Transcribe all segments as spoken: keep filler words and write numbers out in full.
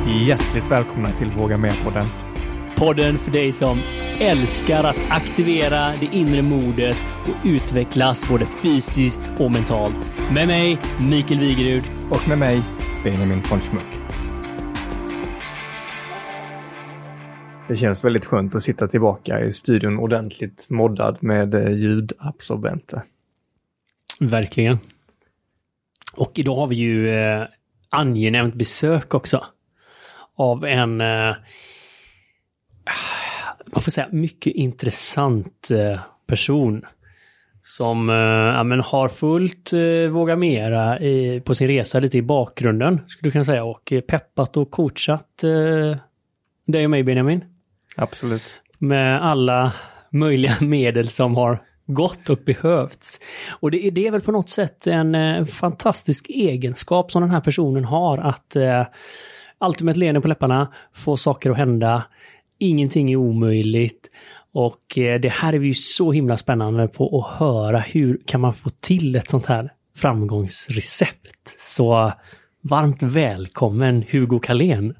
Hjärtligt välkomna till Våga Med-podden. Podden för dig som älskar att aktivera det inre modet och utvecklas både fysiskt och mentalt. Med mig, Mikael Wigerud. Och med mig, Benjamin von Schmuck. Det känns väldigt skönt att sitta tillbaka i studion ordentligt moddad med ljudabsorbenter. Verkligen. Och idag har vi ju eh, angenämt besök också. Av en, eh, man får säga, mycket intressant eh, person. Som eh, ja, men har fullt eh, Våga Mera i, på sin resa lite i bakgrunden, skulle du kunna säga. Och eh, peppat och coachat eh, dig och mig, Benjamin. Absolut. Med alla möjliga medel som har gått och behövts. Och det är, det är väl på något sätt en eh, fantastisk egenskap som den här personen har. Att eh, alltid med ett leende på läpparna få saker att hända. Ingenting är omöjligt. Och eh, det här är vi ju så himla spännande på att höra. Hur kan man få till ett sånt här framgångsrecept? Så varmt välkommen Hugo Carlén.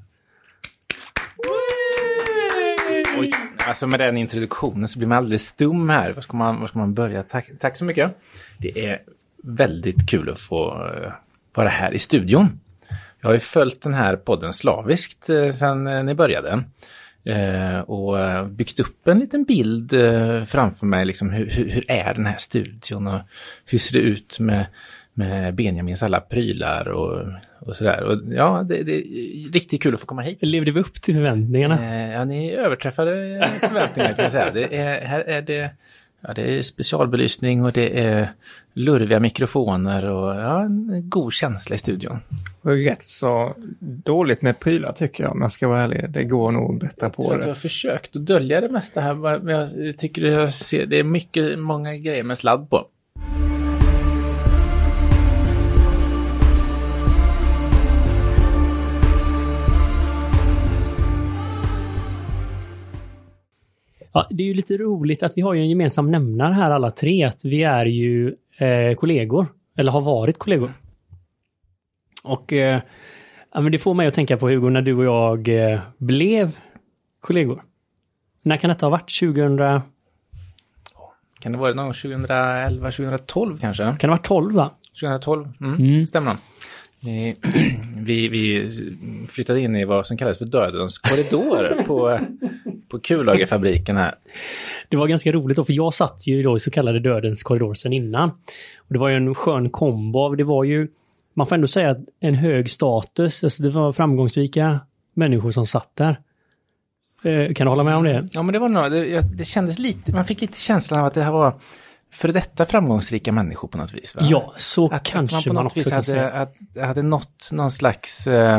Oj, alltså med den introduktionen så blir man alldeles stum här. Var ska man, var ska man börja? Tack, tack så mycket. Det är väldigt kul att få uh, vara här i studion. Jag har ju följt den här podden slaviskt uh, sedan uh, ni började. Uh, och uh, byggt upp en liten bild uh, framför mig. Liksom, hur, hur, hur är den här studion och hur ser det ut med... med Benjamins alla prylar och, och sådär. Och ja, det, det är riktigt kul att få komma hit. Levde vi upp till förväntningarna? Eh, ja, ni överträffade förväntningarna kan jag säga. Det är, här är det, ja, det är specialbelysning och det är lurviga mikrofoner och ja, en god känsla i studion. Och rätt så dåligt med prylar tycker jag, men jag ska vara ärlig. Det går nog bättre på jag det. Jag har försökt att dölja det mesta här, men jag tycker jag ser, det är mycket, många grejer med sladd på. Ja, det är ju lite roligt att vi har ju en gemensam nämnare här alla tre. Att vi är ju eh, kollegor. Eller har varit kollegor. Och eh, ja, men det får mig att tänka på, Hugo, när du och jag eh, blev kollegor. När kan detta ha varit? tjugohundra Kan det vara någon tjugoelva tjugohundratolv kanske? Kan det vara tolv, va? tjugohundratolv, mm, Mm. stämmer. Vi, vi, vi flyttade in i vad som kallas för dödens korridor på, på kullagerfabriken här. Det var ganska roligt då, för jag satt ju då i så kallade dödens korridor sen innan. Och det var ju en skön kombo av, det var ju, man får ändå säga att en hög status, alltså det var framgångsrika människor som satt där. Eh, kan du hålla med om det? Ja, men det var nog, det, det kändes lite, man fick lite känslan av att det här var för detta framgångsrika människor på något vis, va? Ja, så att, kanske att man på man något också vis kan hade, säga. att, hade nått någon slags eh,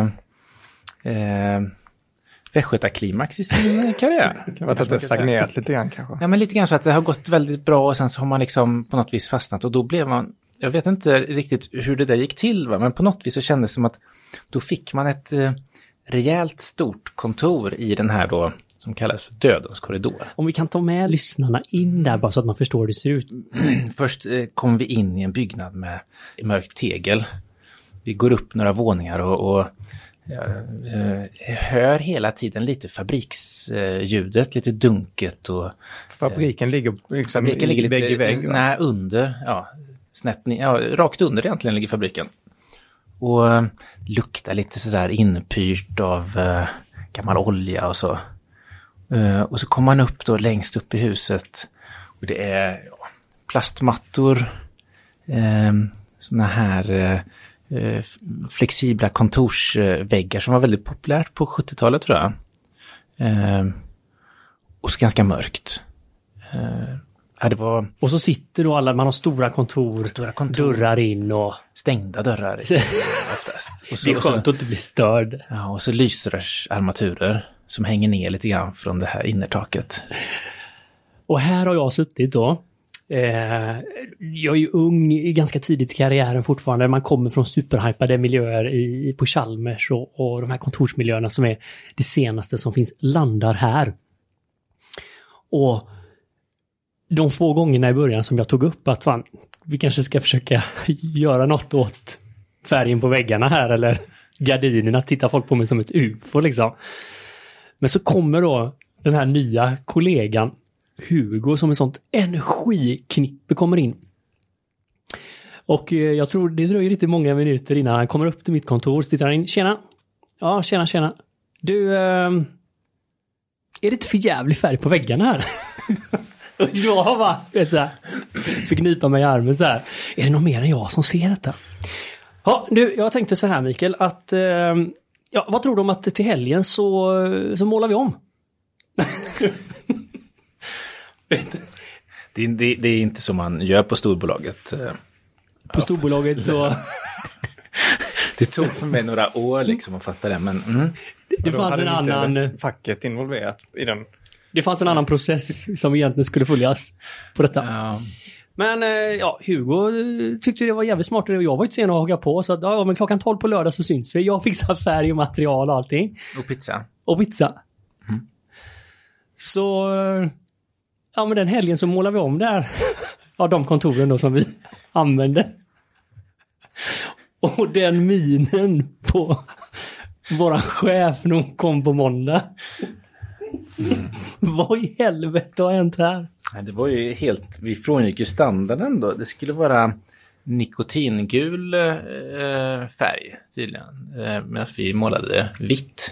eh, västgötaklimax i sin karriär. Det var att det stagnerat lite grann kanske. Ja, men lite grann så att det har gått väldigt bra och sen så har man liksom på något vis fastnat och då blev man, jag vet inte riktigt hur det där gick till, va? Men på något vis så kändes det som att då fick man ett eh, rejält stort kontor i den här då som kallas för dödens korridor. Om vi kan ta med lyssnarna in där bara så att man förstår hur det ser ut. Först eh, kom vi in i en byggnad med mörkt tegel. Vi går upp några våningar och, och eh, hör hela tiden lite fabriksljudet, lite dunket. Och, Fabriken ligger liksom fabriken ligger lite vägg i vägg. Nej, under, ja, snett, ja, rakt under egentligen ligger fabriken. Och eh, luktar lite sådär inpyrt av eh, gammal olja och så. Uh, och så kommer man upp då längst upp i huset och det är ja, plastmattor, uh, såna här uh, flexibla kontorsväggar som var väldigt populärt på sjuttiotalet tror jag. Uh, och så ganska mörkt. Uh, ja, det var... Och så sitter då alla, man har stora kontor, stora kontor. Dörrar in och... Stängda dörrar oftast. Och så, det är skönt och så, att inte bli störd. Ja, och så lysrörsarmaturer som hänger ner lite grann från det här innertaket. Och här har jag suttit då. Eh, jag är ju ung, ganska tidigt i karriären fortfarande. Man kommer från superhypade miljöer i, på Chalmers och, och de här kontorsmiljöerna som är det senaste som finns landar här. Och de få gångerna i början som jag tog upp att fan, vi kanske ska försöka göra något åt färgen på väggarna här eller gardinerna, tittar folk på mig som ett U F O liksom. Men så kommer då den här nya kollegan Hugo som ett sånt energiknippe kommer in. Och eh, jag tror det dröjer lite många minuter innan han kommer upp till mitt kontor och tittar han in. Tjena! Ja, tjena, tjena. Du, eh, är det inte för jävlig färg på väggarna här? Och jag bara, vet du, fick knipa mig i armen så här. Är det någon mer än jag som ser detta? Ja, du, jag tänkte så här Mikael, att eh, ja, vad tror du om att till helgen så, så målar vi om? det, det, det är inte som man gör på storbolaget. På storbolaget så... Det tog för mig några år liksom att fatta det, men... Mm. Det, det fanns en annan... Facket involverat i den. Det fanns en annan process som egentligen skulle följas på detta. Ja. Men ja, Hugo tyckte det var jävligt smart och jag var inte sen att haka på. Så att, ja, men klockan tolv på lördag så syns vi. Jag fixar färg och material och allting. Och pizza. Och pizza. Mm. Så... Ja, men den helgen så målar vi om där. Ja, de kontoren då som vi använder. Och den minen på våran chef när hon kom på måndag. Mm. Vad i helvete har hänt här? Det var ju helt, vi frångick ju standarden då. Det skulle vara nikotingul eh, färg tydligen. Eh, medan vi målade vitt.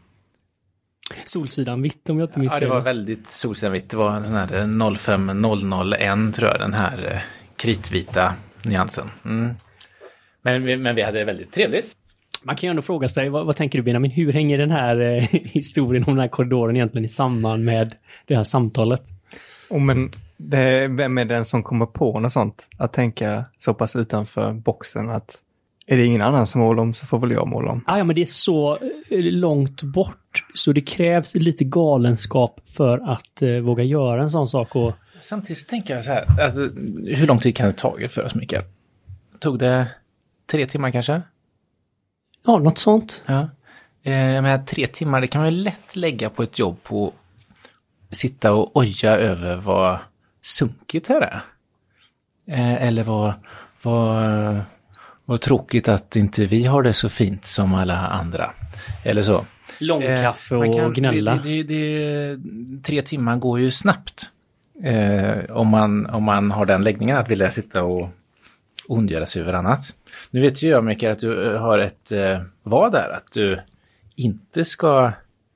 Solsidan vitt om jag inte minns. Ja, det var väldigt solsidan vitt. Det var en sån här noll fem noll noll ett tror jag, den här eh, kritvita nyansen. Mm. Men, men vi hade väldigt trevligt. Man kan ju ändå fråga sig, vad, vad tänker du Benjamin? Hur hänger den här eh, historien om den här korridoren egentligen i samband med det här samtalet? Oh, men det, vem är den som kommer på något sånt? Att tänka så pass utanför boxen att är det ingen annan som målar om så får väl jag måla om. Ah, ja, men det är så långt bort så det krävs lite galenskap för att eh, våga göra en sån sak. Och... Samtidigt så tänker jag så här, alltså, hur lång tid kan det ta för oss, Mikael? Tog det tre timmar kanske? Ja, något sånt. Ja. Eh, jag menar, tre timmar, det kan man ju lätt lägga på ett jobb på sitta och oja över vad sunkigt här är. Eh, eller vad, vad, vad tråkigt att inte vi har det så fint som alla andra. Eller så. Långkaffe och eh, gnälla. Det, det, det, tre timmar går ju snabbt. Eh, om, man, om man har den läggningen att vilja sitta och ondgöra sig över annat. Nu vet ju jag mycket att du har ett eh, vad där, att du inte ska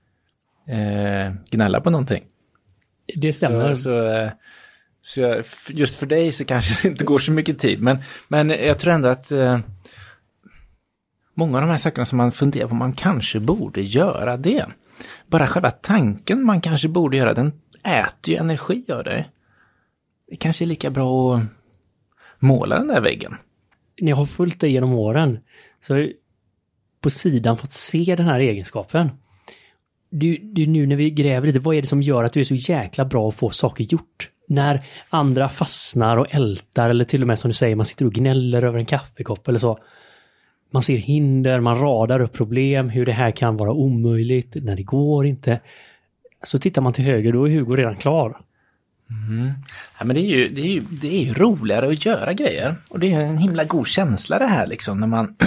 eh, gnälla på någonting. Det stämmer. Så, så, eh, så jag, just för dig så kanske det inte går så mycket tid. Men, men jag tror ändå att eh, många av de här sakerna som man funderar på, man kanske borde göra det. Bara själva tanken man kanske borde göra, den äter ju energi av dig. Det kanske är lika bra att måla den där väggen. Ni har följt det genom åren. Så på sidan fått se den här egenskapen. Du, du, nu när vi gräver lite, vad är det som gör att du är så jäkla bra att få saker gjort? När andra fastnar och ältar eller till och med som du säger, man sitter och gnäller över en kaffekopp eller så. Man ser hinder, man radar upp problem, hur det här kan vara omöjligt, när det går inte. Så tittar man till höger, då är Hugo redan klar. Mm. Ja, men det är, ju, det, är ju, det är ju roligare att göra grejer. Och det är en himla god känsla det här liksom, när man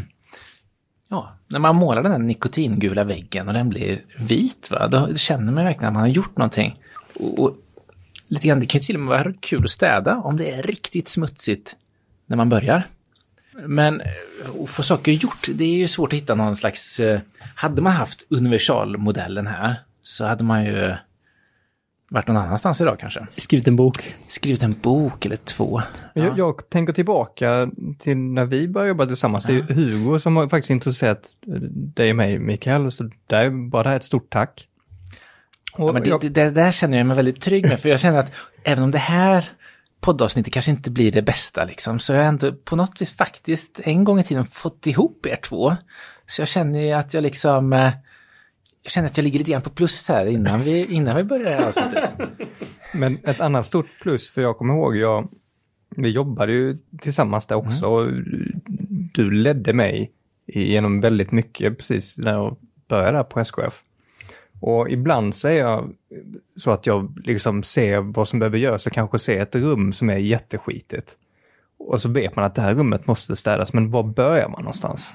ja, när man målar den här nikotingula väggen och den blir vit, va? Då känner man verkligen att man har gjort någonting. Och, och lite grann, det kan ju till och med vara kul att städa om det är riktigt smutsigt när man börjar. Men att få saker gjort, det är ju svårt att hitta någon slags... Hade man haft universalmodellen här så hade man ju varit någon annanstans idag kanske. Skrivit en bok. Skrivit en bok eller två. Ja. Jag, jag tänker tillbaka till när vi började jobba tillsammans. Ja. Det är Hugo som har faktiskt introducerat dig och mig, Mikael. Så där, bara det här ett stort tack. Och ja, men det, jag... det, det där känner jag mig väldigt trygg med. För jag känner att även om det här poddavsnittet kanske inte blir det bästa liksom, så har jag ändå på något vis faktiskt en gång i tiden fått ihop er två. Så jag känner att jag liksom... Jag känner att jag ligger lite grann på plus här innan vi, innan vi börjar det här avsnittet. Men ett annat stort plus, för jag kommer ihåg, jag, vi jobbade ju tillsammans där också. Mm. Och du ledde mig genom väldigt mycket precis när jag började på S K F. Och ibland så är jag så att jag liksom ser vad som behöver göras och kanske ser ett rum som är jätteskitigt. Och så vet man att det här rummet måste städas, men var börjar man någonstans?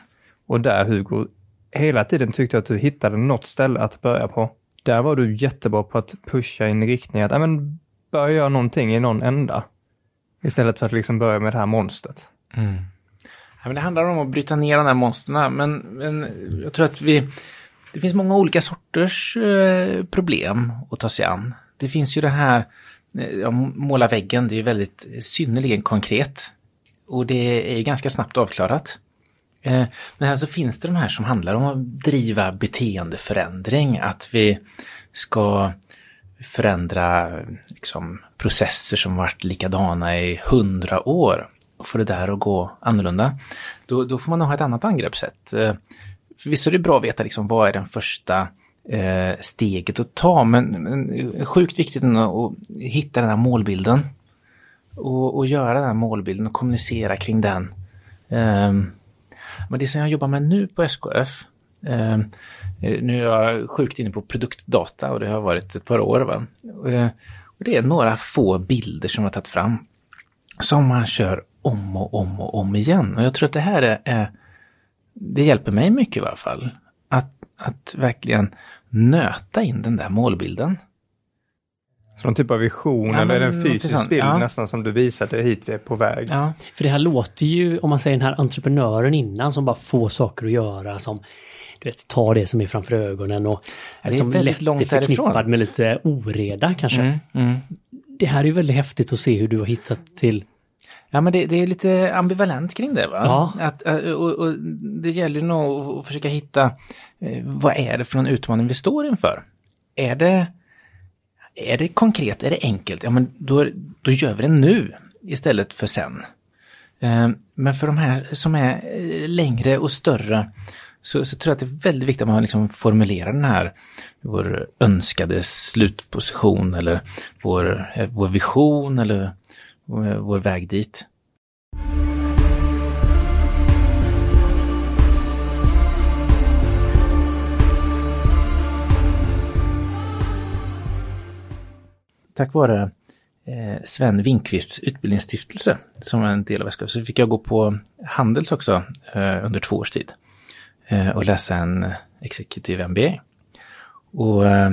Och där, Hugo, hela tiden tyckte jag att du hittade något ställe att börja på. Där var du jättebra på att pusha in i riktning att, ja men, börja göra någonting i någon ända. Istället för att liksom börja med det här monstret. Mm. Ja, men det handlar om att bryta ner de här monsterna. Men, men jag tror att vi... Det finns många olika sorters eh, problem att ta sig an. Det finns ju det här... Ja, måla väggen, det är ju väldigt synnerligen konkret. Och det är ganska snabbt avklarat. Eh, men här så finns det de här som handlar om att driva beteendeförändring. Att vi ska förändra liksom, processer som varit likadana i hundra år. Och få det där att gå annorlunda. Då, då får man nog ha ett annat angreppssätt. Eh, för visst är det bra att veta liksom, vad är den första eh, steget att ta. Men, men sjukt viktigt att hitta den här målbilden. Och, och göra den här målbilden och kommunicera kring den. Eh, men det som jag jobbar med nu på S K F. Eh, nu är jag sjukt inne på produktdata och det har varit ett par år. Va? Och, och det är några få bilder som jag har tagit fram. Som man kör om och om och om igen. Och jag tror att det här är, är det hjälper mig mycket i alla fall. Att, att verkligen nöta in den där målbilden. Så någon typ av vision, ja, eller är det en fysisk bild ja. nästan som du visade hit vi är på väg? Ja. För det här låter ju, om man säger den här entreprenören innan som bara får saker att göra, som du vet, tar det som är framför ögonen och ja, som lätt långt är förknippad med lite oreda kanske. Mm, mm. Det här är ju väldigt häftigt att se hur du har hittat till. Ja, men det, det är lite ambivalent kring det, va? Ja. Att, och, och det gäller nog att försöka hitta eh, vad är det för någon utmaning vi står inför? Är det, är det konkret? Är det enkelt? Ja, men då, då gör vi det nu istället för sen. Eh, men för de här som är längre och större så, så tror jag att det är väldigt viktigt att man liksom formulerar den här vår önskade slutposition eller vår, vår vision eller vår väg dit. Tack vare eh, Sven Winkvists utbildningsstiftelse som är en del av S K F så fick jag gå på Handels också eh, under två års tid eh, och läsa en executive M B A. Och eh,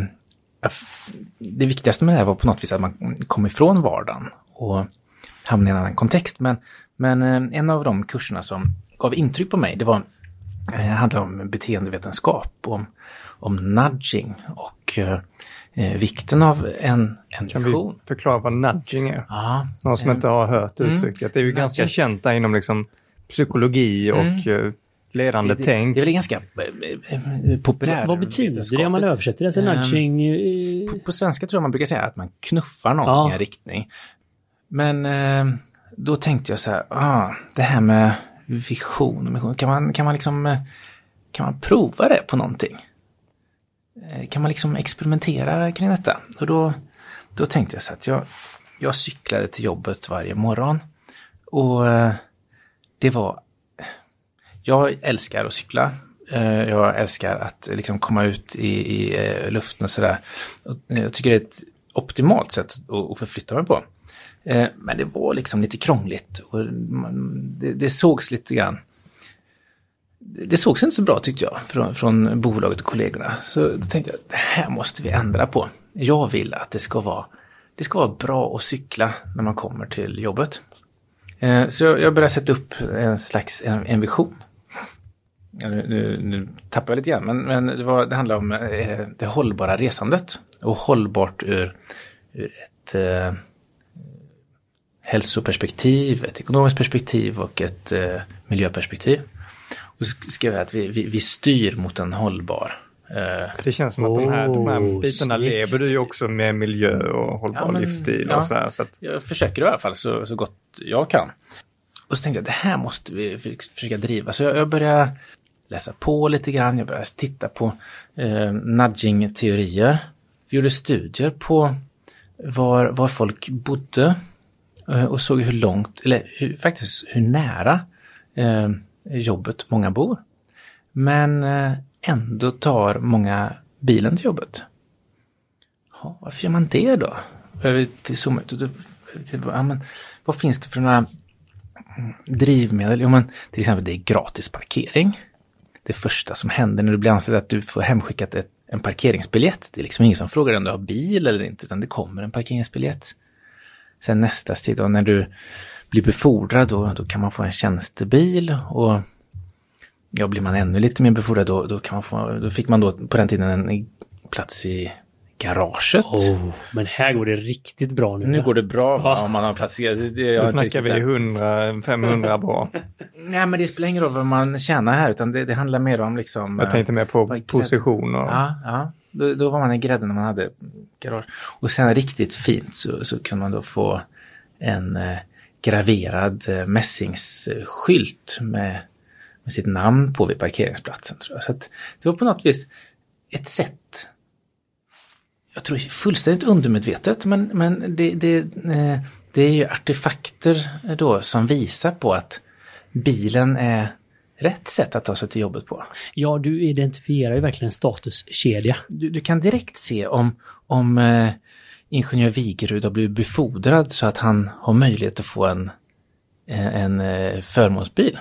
det viktigaste med det här var på något vis att man kom ifrån vardagen och hamnade i en annan kontext. Men, men eh, en av de kurserna som gav intryck på mig, det var eh, handlade om beteendevetenskap, om, om nudging och eh, vikten av en, en kan vision. Vi förklara vad nudging är? Ja, någon som en, inte har hört uttrycket. Mm, det är ju nudging. Ganska känt där inom liksom psykologi och mm. ledande det, tänk. Det är väl ganska populärt. Vad betyder det om man översätter det? Alltså nudging? Um, på, på svenska tror jag man brukar säga att man knuffar någon ja. i en riktning. Men eh, då tänkte jag så här, ah, det här med vision, kan man, kan man liksom, kan man prova det på någonting? Kan man liksom experimentera kring detta? Och då, då tänkte jag så att jag, jag cyklade till jobbet varje morgon. Och eh, det var, jag älskar att cykla. Eh, jag älskar att liksom komma ut i, i eh, luften och sådär. Och jag tycker det är ett optimalt sätt att, att förflytta mig på. Men det var liksom lite krångligt och det, det sågs lite grann. Det sågs inte så bra tyckte jag från, från bolaget och kollegorna. Så då tänkte jag att det här måste vi ändra på. Jag vill att det ska vara, det ska vara bra att cykla när man kommer till jobbet. Så jag, jag började sätta upp en slags en, en vision. Nu, nu, nu tappar jag lite igen, men, men det, var, det handlar om eh, det hållbara resandet. Och hållbart ur, ur ett... Eh, hälsoperspektiv, ett ekonomiskt perspektiv och ett eh, miljöperspektiv. Och så skrev jag att vi, vi, vi styr mot en hållbar. Eh, det känns som att oh, de här, de här bitarna lever du ju också med miljö och hållbar ja, men, livsstil. Ja, och så här, så att... Jag försöker i alla fall så, så gott jag kan. Och så tänkte jag att det här måste vi försöka driva. Så jag, jag började läsa på lite grann. Jag började titta på eh, nudging-teorier. Vi gjorde studier på var, var folk bodde. Och såg hur långt, eller hur, faktiskt hur nära eh, jobbet många bor. Men eh, ändå tar många bilen till jobbet. Ja, varför gör man det då? Till zooma ut. Ja, men, vad finns det för några drivmedel? Jo, men, till exempel det är gratis parkering. det första som händer när du blir anställd att du får hemskickat ett, en parkeringsbiljett. Det är liksom ingen som frågar om du har bil eller inte, utan det kommer en parkeringsbiljett. Sen nästa steg då, när du blir befordrad, då, då kan man få en tjänstebil, och ja, blir man ännu lite mer befordrad, då, då, kan man få, då fick man då på den tiden en plats i garaget. Oh, men här går det riktigt bra nu. Nu går det bra, va, Ja. om man har plats. Det, det, Då snackar vi hundra femhundra bra. Nej, men det spelar ingen roll vad man tjänar här, utan det, det handlar mer om liksom... Jag tänkte mer på positioner. Ja, ja. Då, då var man i grädden när man hade garage. Och sen riktigt fint så, så kunde man då få en eh, graverad eh, mässingsskylt med, med sitt namn på vid parkeringsplatsen, tror jag. Så att det var på något vis ett sätt, jag tror fullständigt undermedvetet, men, men det, det, eh, det är ju artefakter då som visar på att bilen är rätt sätt att ta sig till jobbet på. Ja, du identifierar ju verkligen en statuskedja. Du, du kan direkt se om, om eh, ingenjör Wigerud har blivit befordrad så att han har möjlighet att få en, en, en eh, förmånsbil.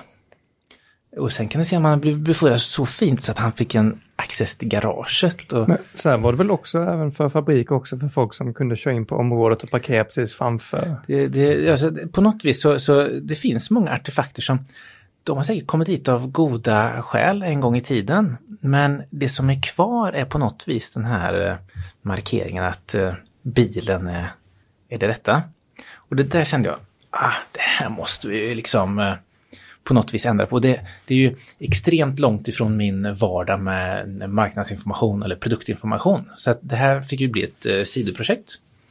Och sen kan du se om han har blivit befordrad så fint så att han fick en access till garaget. Och... Men sen var det väl också även för fabrik också för folk som kunde köra in på området och parkera precis framför. Det, det, alltså, på något vis så, så det finns många artefakter som de har säkert kommit dit av goda skäl en gång i tiden. Men det som är kvar är på något vis den här eh, markeringen att eh, bilen är, är det rätta. Och det där kände jag, ah, det här måste vi liksom eh, på något vis ändra på. Det, det är ju extremt långt ifrån min vardag med marknadsinformation eller produktinformation. Så att det här fick ju bli ett eh, sidoprojekt.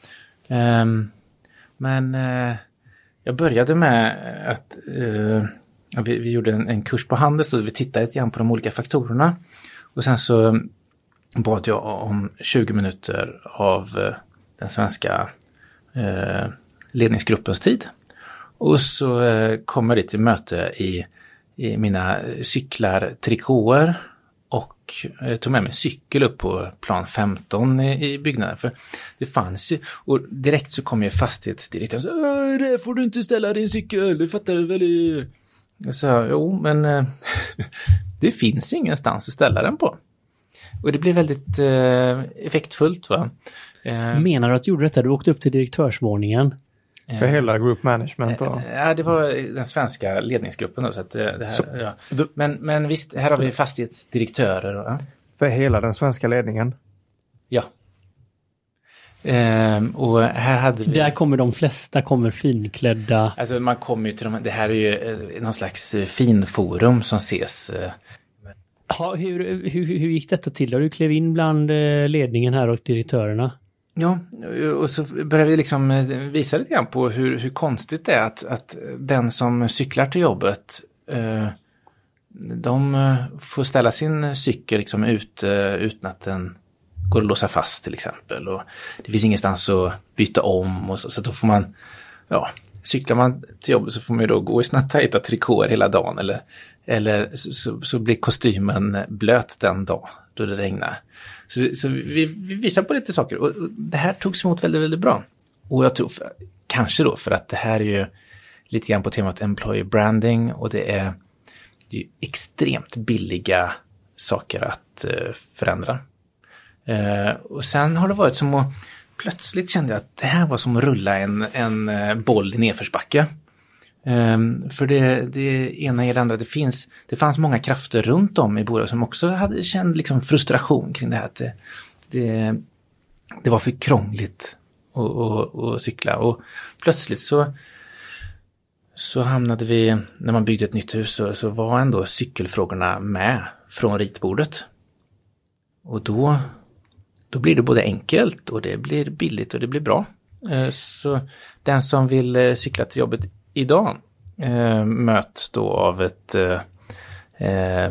Um, men eh, jag började med att... Eh, Ja, vi, vi gjorde en, en kurs på Handels och vi tittade lite grann på de olika faktorerna. Och sen så bad jag om tjugo minuter av eh, den svenska eh, ledningsgruppens tid. Och så eh, kommer det till möte i, i mina cyklar, trikåer, och eh, tog med mig en cykel upp på plan femton i, i byggnaden. För det fanns ju, och direkt så kom ju fastighetsdirektören och sa, det får du inte ställa din cykel, du fattar väl i... Jag sa, jo, men eh, det finns ingenstans att ställa den på. Och det blev väldigt eh, effektfullt, va? Eh, Menar du att du gjorde detta? Du åkte upp till direktörsvåningen? För hela group management då? Ja, det var den svenska ledningsgruppen då. Så att det här, så, ja. du, men, men visst, här har vi fastighetsdirektörer. Och, ja. För hela den svenska ledningen? Ja. Ehm, och här hade vi... Där kommer de flesta kommer finklädda. Alltså man kommer ju till de... Det här är ju eh, någon slags finforum som ses... Eh. Ja, hur, hur, hur gick detta till? Du klev in bland ledningen här och direktörerna. Ja, och så började vi liksom visa lite grann på hur, hur konstigt det är att, att den som cyklar till jobbet, eh, de får ställa sin cykel liksom ut, utan att den går att låsa fast till exempel. Och det finns ingenstans att byta om och så, så då får man, ja, cyklar man till jobbet så får man ju då gå i sina tajta trikåer hela dagen, eller, eller så, så blir kostymen blöt den dag då det regnar. Så, så vi, vi visar på lite saker, och, och det här togs emot väldigt, väldigt bra. Och jag tror för, kanske då för att det här är ju lite grann på temat employee branding, och det är, det är ju extremt billiga saker att uh, förändra. Uh, och sen har det varit som att plötsligt kände jag att det här var som att rulla en, en uh, boll i nedförsbacke. Um, för det, det ena är det andra. Det, finns, det fanns många krafter runt om i bolaget som också hade känt liksom frustration kring det här. Att det, det, det var för krångligt att, att, att cykla. Och plötsligt så, så hamnade vi, när man byggde ett nytt hus, så, så var ändå cykelfrågorna med från ritbordet. Och då, då blir det både enkelt och det blir billigt och det blir bra. Uh, så den som vill cykla till jobbet idag eh, möts då av ett eh, eh,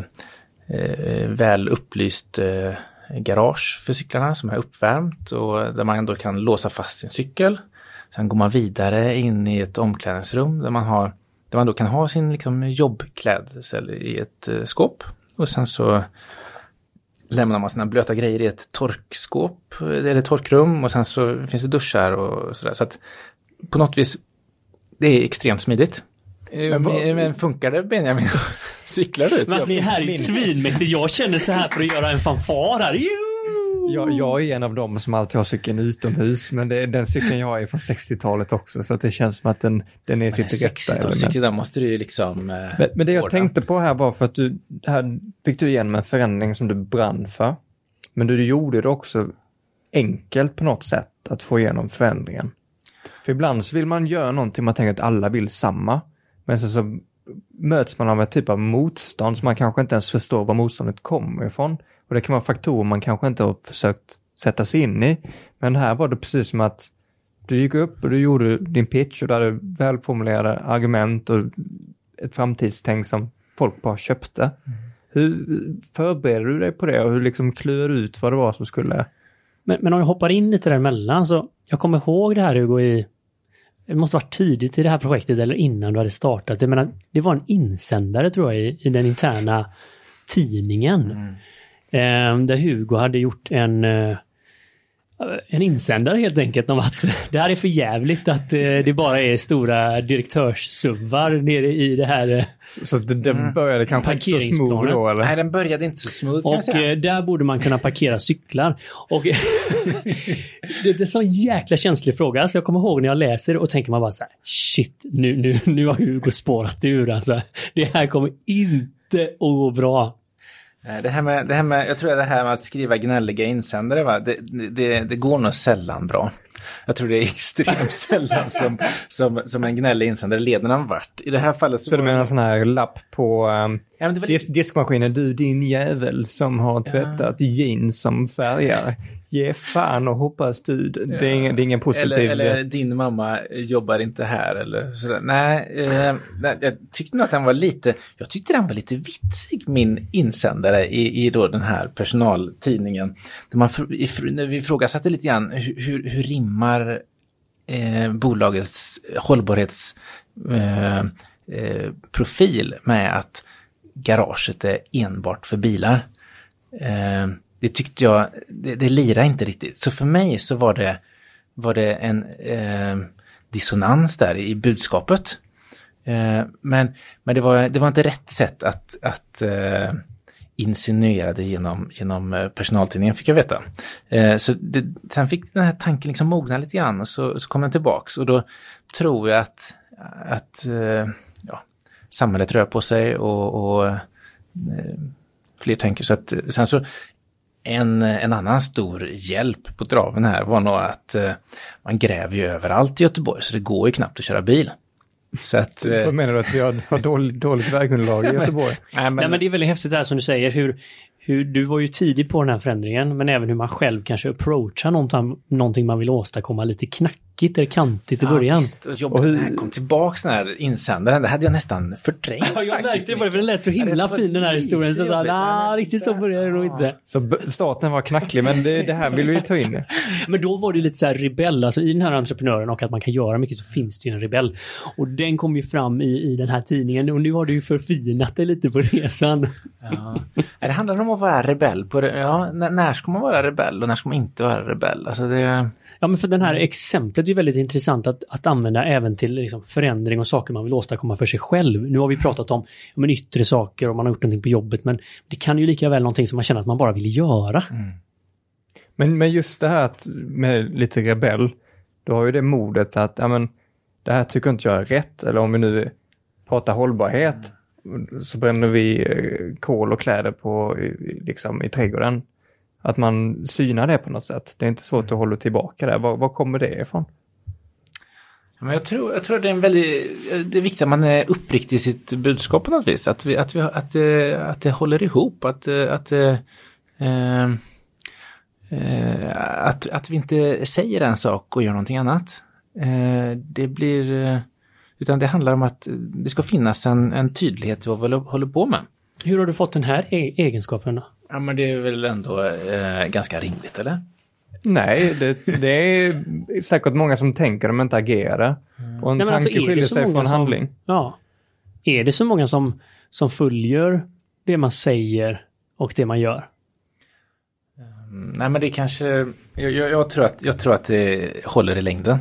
väl upplyst eh, garage för cyklarna som är uppvärmt och där man ändå kan låsa fast sin cykel. Sen går man vidare in i ett omklädningsrum där man, har, där man då kan ha sin liksom, jobbklädsel i ett eh, skåp. Och sen så lämnar man sina blöta grejer i ett torkskåp eller torkrum, och sen så finns det duschar och sådär. Så att på något vis det är extremt smidigt. Men, men funkar det, Benjamin? Cyklar du ut? Men alltså, det här är ju svinmäktigt. Jag känner så här för att göra en fanfar här. Jag, jag är en av dem som alltid har cykeln utomhus, men det, den cykeln jag har är från sextiotalet också, så att det känns som att den, den är sitt rätta. sextiotalscykeln, där måste du ju liksom... Eh, men, men det jag vårda. tänkte på här var för att du, här fick du igenom en förändring som du brann för, men du gjorde det också enkelt på något sätt att få igenom förändringen. För ibland så vill man göra någonting, man tänker att alla vill samma, men sen så möts man av en typ av motstånd som man kanske inte ens förstår var motståndet kommer ifrån. Och det kan vara faktorer man kanske inte har försökt sätta sig in i. Men här var det precis som att du gick upp och du gjorde din pitch och du hade välformulerade argument och ett framtidstänk som folk bara köpte. Mm. Hur förbereder du dig på det och hur liksom klurar du ut vad det var som skulle... Men, men om jag hoppar in lite däremellan, så jag kommer ihåg det här Hugo i... Det måste vara tidigt i det här projektet eller innan du hade startat. Jag menar, det var en insändare tror jag i, i den interna tidningen. Mm. Eh, där Hugo hade gjort en, eh, en insändare helt enkelt om att det här är för jävligt att eh, det bara är stora direktörssubbar nere i det här eh, Så, så det, den började kanske inte så smooth då, eller? Nej, den började inte så smooth kan och jag säga. Eh, där borde man kunna parkera cyklar. Och det, det är en så jäkla känslig fråga. Så jag kommer ihåg när jag läser och tänker man bara så här: shit, nu, nu, nu har Hugo spårat ur. Alltså. Det här kommer inte att gå bra. Det här med, det här med, jag tror att det här med att skriva gnälliga insändare, va? Det, det, det går nog sällan bra. Jag tror det är extremt sällan som, som, som en gnällig insändare leder någon vart. I det här fallet så... Så du menar en sån här lapp på um, ja, men det var disk- diskmaskinen, du din jävel som har tvättat ja. jeans som färgar. Ge fan och hoppas du. Det, ja. det, är ingen, det är ingen positiv... Eller, eller din mamma jobbar inte här eller sådär. Nej, eh, jag tyckte nog att den var lite... Jag tyckte den var lite vitsig, min insändare i, i då den här personaltidningen. Där man, när vi ifrågasatte lite grann hur, hur, hur rimmar eh, bolagets hållbarhetsprofil eh, eh, med att garaget är enbart för bilar. Eh, Det tyckte jag, det, det lirade inte riktigt. Så för mig så var det, var det en eh, dissonans där i budskapet. Eh, men men det, var, det var inte rätt sätt att, att eh, insinuera det genom, genom personaltidningen, fick jag veta. Eh, så det, sen fick den här tanken liksom mogna lite grann och så, så kom den tillbaks. Och då tror jag att, att eh, ja, samhället rör på sig och, och eh, fler tänker. Så att, sen så En, en annan stor hjälp på traven här var nog att eh, man gräver ju överallt i Göteborg, så det går ju knappt att köra bil. Så att, eh, Vad menar du, att vi har, har dåligt, dåligt vägunderlag i Göteborg? Nej, men, Nej, men det är väldigt häftigt det här som du säger, hur, hur du var ju tidig på den här förändringen, men även hur man själv kanske approachar någonting, någonting man vill åstadkomma lite knackigt eller kantigt i början. Ja, visst, och jobbet, och hur... det här kom tillbaka den här insändaren, det hade jag nästan förträngt. Ja, jag märkte det bara, för det lät så himla fin den här historien, så jag sa, riktigt så började det nog inte. Så staten var knacklig, men det, det här vill vi ta in. Men då var det lite så här rebell, alltså i den här entreprenören och att man kan göra mycket, så finns det ju en rebell. Och den kom ju fram i, i den här tidningen, och nu har du ju förfinat det lite på resan. Ja. Det handlar om att vara rebell på det. Ja, när, när ska man vara rebell och när ska man inte vara rebell? Alltså det... Ja, men för den här exemplet är ju väldigt intressant att, att använda även till liksom förändring och saker man vill åstadkomma för sig själv. Nu har vi pratat om ja, men yttre saker och man har gjort någonting på jobbet, men det kan ju lika väl någonting som man känner att man bara vill göra. Mm. Men, men just det här att, med lite rebell, då har ju det modet att ja, men, det här tycker inte jag är rätt, eller om vi nu pratar hållbarhet, mm. så bränner vi kol och kläder på liksom i trädgården. Att man synar det på något sätt. Det är inte svårt att hålla tillbaka det. Var, var kommer det ifrån? Men jag tror, jag tror det är en väldigt, det är viktigt att man är uppriktig i sitt budskap på något vis. Att vi, att vi, att, att det håller ihop. Att, att, äh, att, att vi inte säger en sak och gör någonting annat. Äh, det blir, utan det handlar om att det ska finnas en, en tydlighet i vad vi håller på med. Hur har du fått den här e- egenskapen då? Ja, men det är väl ändå äh, ganska rimligt, eller? Nej, det, det är säkert många som tänker men inte agerar. Mm. Och en Nej, tanke alltså, skiljer sig från som, handling. Ja. Är det så många som, som följer det man säger och det man gör? Mm, nej, men det kanske... Jag, jag, jag, tror att, jag tror att det håller i längden.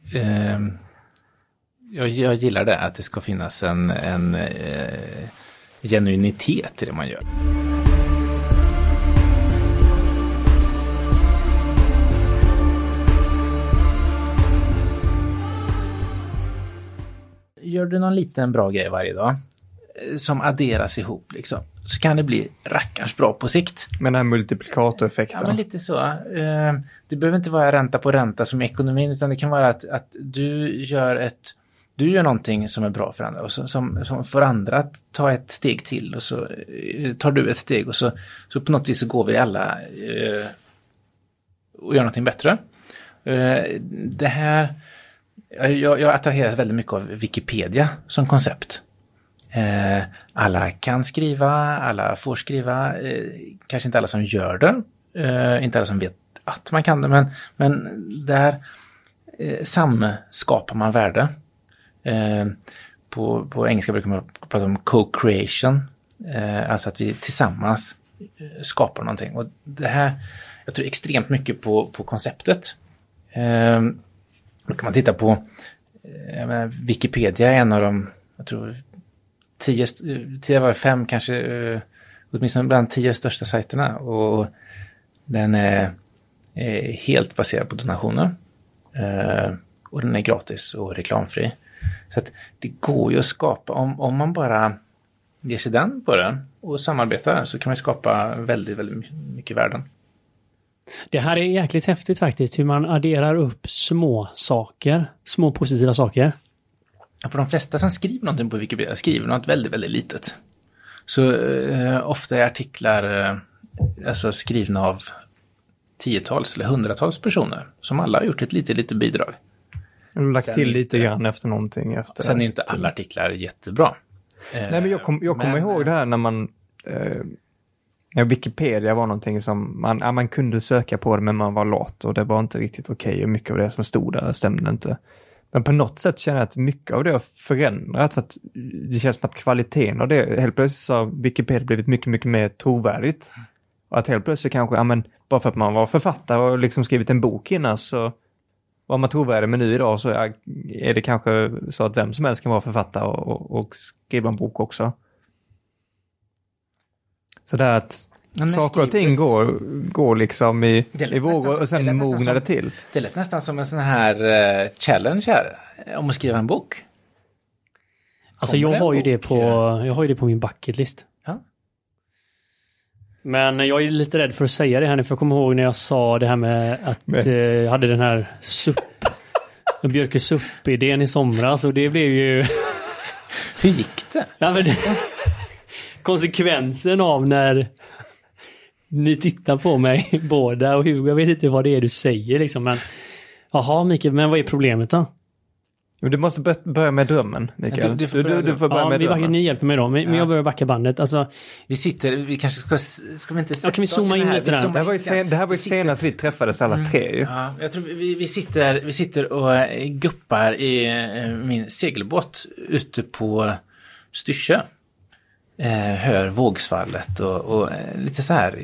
Uh, jag, jag gillar det, att det ska finnas en... en uh, genuinitet i det man gör. Gör du någon liten bra grej varje dag som adderas ihop liksom, så kan det bli rackars bra på sikt. Men den här multiplikatoreffekten. Ja, men lite så. Det behöver inte vara ränta på ränta som i ekonomin, utan det kan vara att, att du gör ett du gör någonting som är bra för andra och som, som, som får andra att ta ett steg till, och så tar du ett steg, och så, så på något vis så går vi alla eh, och gör någonting bättre. Eh, det här jag, jag attraheras väldigt mycket av Wikipedia som koncept. Eh, alla kan skriva, alla får skriva, eh, kanske inte alla som gör det, eh, inte alla som vet att man kan det, men, men där eh, samskapar man värde. Eh, på, på engelska brukar man prata om co-creation, eh, alltså att vi tillsammans skapar någonting, och det här, jag tror extremt mycket på, på konceptet. Eh, då kan man titta på eh, menar, Wikipedia är en av de, jag tror tio, tio var fem kanske, uh, åtminstone bland tio största sajterna, och den är, är helt baserad på donationer, uh, och den är gratis och reklamfri. Så att det går ju att skapa, om, om man bara ger sig den på den och samarbetar, så kan man skapa väldigt, väldigt mycket värden. Det här är jäkligt häftigt faktiskt, hur man adderar upp små saker, små positiva saker. För de flesta som skriver någonting på Wikipedia skriver något väldigt, väldigt litet. Så eh, ofta är artiklar eh, alltså skrivna av tiotals eller hundratals personer som alla har gjort ett litet, litet bidrag. Du har lagt sen till lite grann efter någonting. Efter sen är inte alla artiklar jättebra. Eh, Nej, men jag, kom, jag kommer men, ihåg det här när man... Eh, när Wikipedia var någonting som... Man, ja, man kunde söka på det, men man var lat. Och det var inte riktigt okej. Okay, och mycket av det som stod där stämde inte. Men på något sätt känner jag att mycket av det har förändrats. Att det känns som att kvaliteten av det... Helt plötsligt så har Wikipedia blivit mycket, mycket mer trovärdigt. Och att helt plötsligt kanske... Ja, men bara för att man var författare och liksom skrivit en bok innan, så var man trovärdig. Men nu idag så är, är det kanske så att vem som helst kan vara författare och, och, och skriva en bok också. Så det är att ja, saker och ting går, går liksom i, i vågor och sen mognar det till. Det lät nästan som en sån här uh, challenge här om att skriva en bok. Alltså jag har, ju det på, jag har ju det på min bucket list. Ja. Men jag är lite rädd för att säga det här nu, för jag kommer ihåg när jag sa det här med att eh, jag hade den här supp, Björke supp-idén i somras, och det blev ju... Hur gick det? Ja, men det... konsekvensen av när ni tittar på mig båda, och Hugo, jag vet inte vad det är du säger liksom, men jaha Mikael, men vad är problemet då? Du måste börja med drömmen, Mikael. Du, du får börja, du, du får börja ja, med vi drömmen. Backar, ni hjälper mig då, men, ja. men jag börjar backa bandet. Alltså, vi sitter, vi kanske ska, ska vi inte sätta ja, kan vi zooma in lite där? Det här var ju, sen, det här var ju senast vi träffades alla tre ju. Ja, jag tror vi, vi, sitter, vi sitter och guppar i min segelbåt ute på Styrsö. Eh, hör vågsvallet och, och lite så här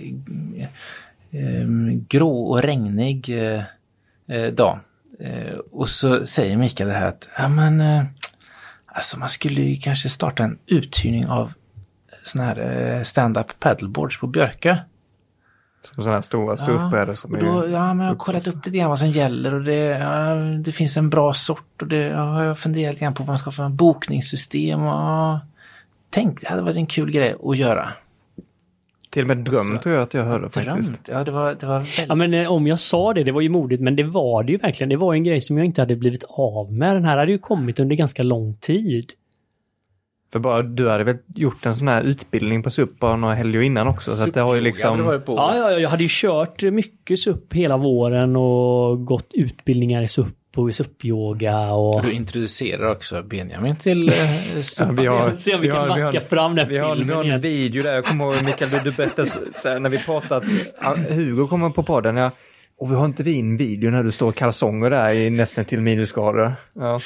eh, grå och regnig eh, dag. Eh, och så säger Mikael det här att ja, men, eh, alltså man skulle ju kanske starta en uthyrning av såna här eh, stand-up paddleboards på Björka. Som sådana här stora surfbrädor. Ja, som och då, är ja, men jag har kollat upp lite grann vad som gäller, och det, ja, det finns en bra sort, och det, ja, jag har funderat lite grann på vad man ska få en bokningssystem, och ja, tänk, det hade varit en kul grej att göra. Till och med dröm så, tror jag att jag hörde faktiskt. Drömt. Ja, det var, det var väldigt... Ja, men eh, om jag sa det, det var ju modigt, men det var det ju verkligen. Det var en grej som jag inte hade blivit av med. Den här hade ju kommit under ganska lång tid. För bara, du hade väl gjort en sån här utbildning på S U P bara några helger innan också. Så att det har ju liksom... Ja, ja, ja, jag hade ju kört mycket S U P hela våren och gått utbildningar i S U P och i S U P-yoga. Och... Du introducerar också Benjamin till uh, S U P. Ja, vi har, se om vi, vi kan vaska vi har, fram den vi har, filmen. Vi har en video där. Jag kommer ihåg, Mikael, du, du berättade så här, när vi pratat, Hugo kommer på podden, ja, och vi har inte vi en video när du står kalsonger där i nästan till minusgrader. Ja.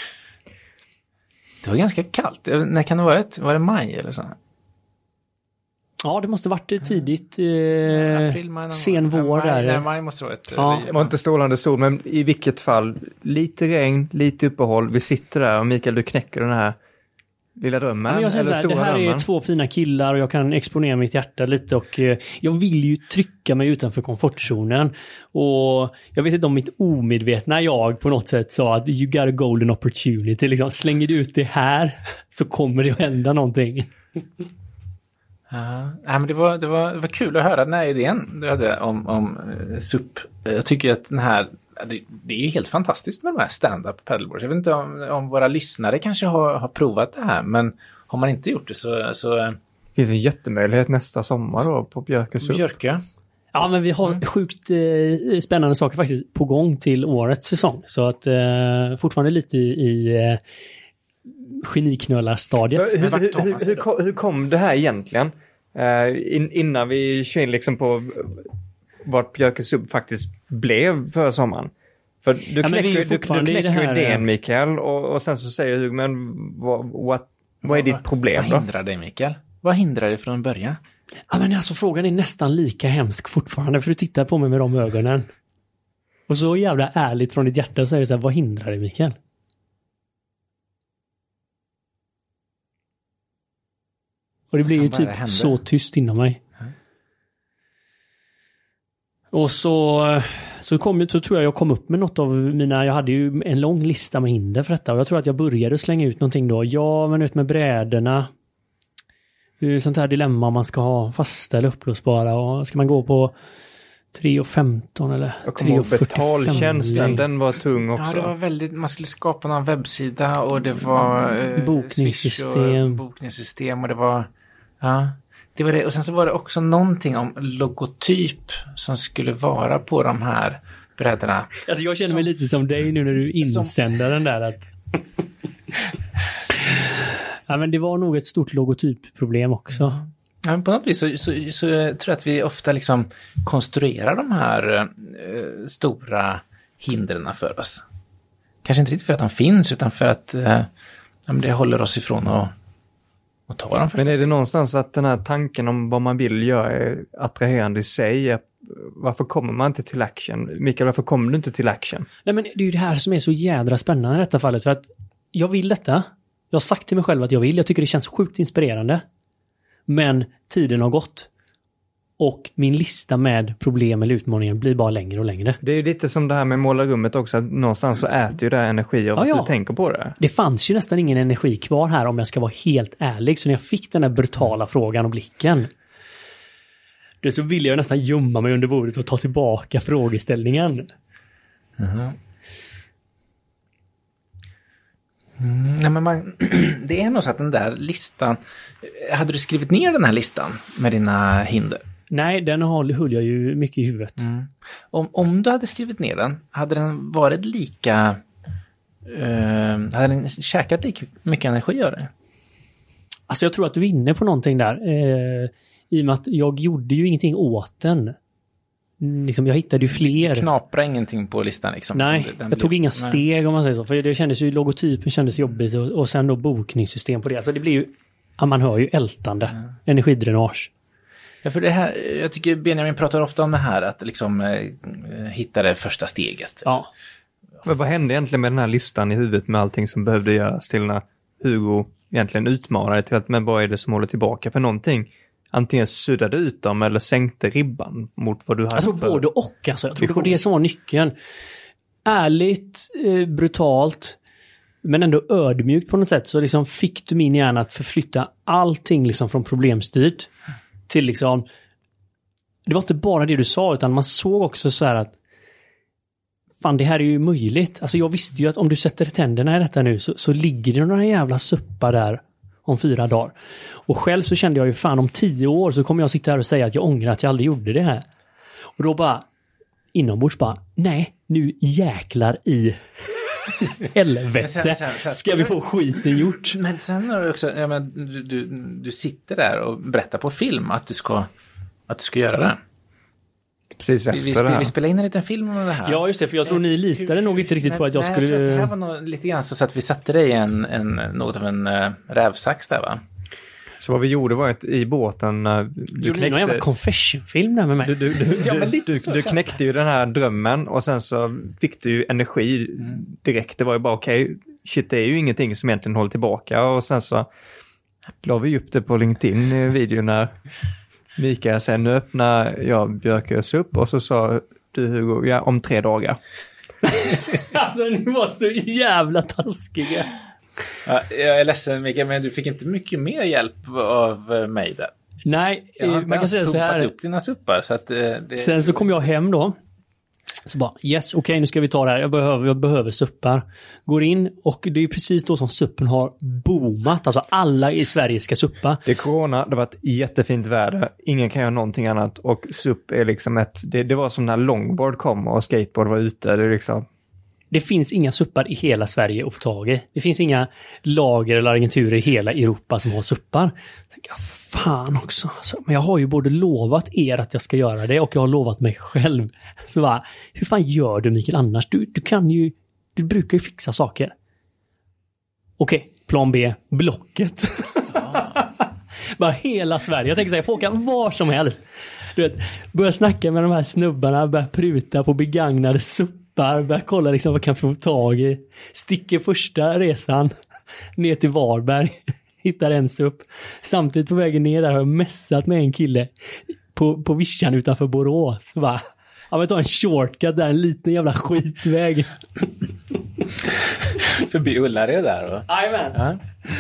Det var ganska kallt. När kan det vara ett? Var det maj eller så? Ja, det måste varit tidigt eh, ja, april, maj, sen vår maj, där. Nej, maj måste det vara ett. Ja, det var inte strålande sol, men i vilket fall lite regn, lite uppehåll. Vi sitter där och Mikael, du knäcker den här Lilla drömmen Men jag eller så här, stora det här drömmen? är två fina killar och jag kan exponera mitt hjärta lite och eh, jag vill ju trycka mig utanför komfortzonen. Och jag vet inte om mitt omedvetna jag på något sätt sa att you got a golden opportunity. Liksom, slänger du ut det här så kommer det att hända någonting. Ja, men det var, det, var, det var kul att höra den här idén du hade om, om uh, S U P. Jag tycker att den här, det, det är ju helt fantastiskt med de här stand-up paddleboards. Jag vet inte om, om våra lyssnare kanske har, har provat det här, men har man inte gjort det så... så Det finns en jättemöjlighet nästa sommar då på Björkö S U P. Björkö. Ja, men vi har mm. sjukt eh, spännande saker faktiskt på gång till årets säsong. Så att eh, fortfarande lite i, i eh, geniknöllarstadiet. Så hur, hur, hur, hur, kom, hur kom det här egentligen? Uh, in, innan vi kör in liksom på vart Björkö S U P faktiskt blev för sommaren. För du ja, knäcker, du, du knäcker här, idén, Mikael, och, och sen så säger du, men vad, what, vad är ditt problem vad, då? Vad hindrar dig, Mikael? Vad hindrar dig från början? Ja, men alltså frågan är nästan lika hemsk fortfarande, för du tittar på mig med de ögonen. Och så jävla ärligt från ditt hjärta säger du så här, vad hindrar dig, Mikael? Och det blir ju typ så tyst inom mig. Mm. Och så, så, kom, så tror jag jag kom upp med något av mina... Jag hade ju en lång lista med hinder för detta. Och jag tror att jag började slänga ut någonting då. Ja, men ut med bräderna. Det är sånt här dilemma om man ska ha fasta eller upplösbara. Och ska man gå på tre och femton eller tre och fyrtiofem? Betaltjänsten, den var tung också. Ja, det var väldigt... Man skulle skapa någon webbsida och det var... Eh, bokningssystem. Och bokningssystem och det var... Ja, det var det. Och sen så var det också någonting om logotyp som skulle vara på de här brädorna. Alltså jag känner som, mig lite som dig nu när du insänder den där att... ja, men det var nog ett stort logotypproblem också. Ja, men på något vis så, så, så, så tror jag att vi ofta liksom konstruerar de här eh, stora hindren för oss. Kanske inte riktigt för att de finns utan för att eh, ja, men det håller oss ifrån att Men är det någonstans att den här tanken om vad man vill göra är attraherande i sig? Varför kommer man inte till action? Mikael, varför kommer du inte till action? Nej, men det är ju det här som är så jädra spännande i detta fallet. För att jag vill detta. Jag har sagt till mig själv att jag vill. Jag tycker det känns sjukt inspirerande. Men tiden har gått. Och min lista med problem eller utmaningar blir bara längre och längre. Det är ju lite som det här med målarrummet också. Att någonstans så äter ju det här energi av ja, att ja. du tänker på det. Det fanns ju nästan ingen energi kvar här om jag ska vara helt ärlig. Så när jag fick den här brutala frågan och blicken. Det så ville jag nästan gömma mig under bordet och ta tillbaka frågeställningen. Mm. Mm, nej, men man, det är nog så att den där listan... Hade du skrivit ner den här listan med dina hinder? Nej, den höll jag ju mycket i huvudet. Mm. Om, om du hade skrivit ner den, hade den varit lika... Uh, hade den käkat lika mycket energi av det? Alltså jag tror att du är inne på någonting där. Eh, I och med att jag gjorde ju ingenting åt den. Liksom, jag hittade ju fler. Du knaprar ingenting på listan liksom. Nej, den, den jag tog blev... inga steg Nej. om man säger så. För det kändes ju, logotypen kändes jobbigt och, och sen då bokningssystem på det. Alltså det blir ju, ja, man hör ju ältande. Mm. Energidränage. Ja, för det här, jag tycker Benjamin pratar ofta om det här att liksom eh, hitta det första steget. Ja. Men vad hände egentligen med den här listan i huvudet med allting som behövde göras till när Hugo egentligen utmanade till att men vad är det som håller tillbaka för någonting? Antingen suddade ut dem eller sänkte ribban mot vad du hade. Jag tror för både och. Alltså. Jag tror det var det som var nyckeln. Ärligt, eh, brutalt, men ändå ödmjukt på något sätt. Så liksom fick du min hjärna att förflytta allting liksom från problemstyrt till liksom... Det var inte bara det du sa, utan man såg också så här att fan, det här är ju möjligt. Alltså jag visste ju att om du sätter tänderna i detta nu så, så ligger det några jävla suppar där om fyra dagar. Och själv så kände jag ju fan om tio år så kommer jag sitta här och säga att jag ångrar att jag aldrig gjorde det här. Och då bara inombords bara, nej, nu jäklar i helvete sen, sen, sen, ska vi få skiten gjort. Men sen har du också, ja, men du, du, du sitter där och berättar på film att du ska, att du ska göra det. Precis efter vi, vi, det här. Vi spelar in en liten film om det här. Ja, just det, för jag tror ni litade nog inte riktigt på att jag nej, skulle... Jag tror att det här var nog lite grann så att vi satte dig i en, en, något av en uh, rävsax där, va? Så vad vi gjorde var att i båten när du Gjorde knäckte... knäckte... någon jävla confession-film där med mig? Du, du, du, ja, du, du, du knäckte ju den här drömmen och sen så fick du ju energi direkt. Det var ju bara okej, okay, shit det är ju ingenting som egentligen håller tillbaka. Och sen så la vi upp det på LinkedIn i videon när Mikael sen öppnar jag Björkös upp och så sa du Hugo, ja om tre dagar. Alltså ni var så jävla taskiga. Ja, jag är ledsen Mikael, men du fick inte mycket mer hjälp av mig där. Nej, jag har man kan säga så här. upp dina suppar, så att, det... Sen så kom jag hem då. Så bara, yes, okej okay, nu ska vi ta det här. Jag behöver, jag behöver suppar. Går in och det är precis då som suppen har boomat. Alltså alla i Sverige ska suppa. Det är corona, det var ett jättefint väder. Ingen kan göra någonting annat. Och supp är liksom ett... Det, det var som när longboard kom och skateboard var ute. Det är liksom... Det finns inga suppar i hela Sverige att få tag i. Det finns inga lager eller agenturer i hela Europa som har suppar. Jag tänker, fan också. Men jag har ju både lovat er att jag ska göra det och jag har lovat mig själv. Så bara, hur fan gör du Mikael annars? Du, du kan ju, du brukar ju fixa saker. Okej, okay, plan B, Blocket. Bara hela Sverige. Jag tänker så här, jag får åka var som helst. Du vet, börja snacka med de här snubbarna, börja pruta på begagnade suppar. Börjar kolla liksom vad kan få tag i. Sticker första resan ner till Varberg. Hittar en supp. Samtidigt på vägen ner där har jag mässat med en kille på, på vischan utanför Borås. Va? Ja, men ta en shortcut där, en liten jävla skitväg. Förbi Ullared där då? Jajamän. Ja.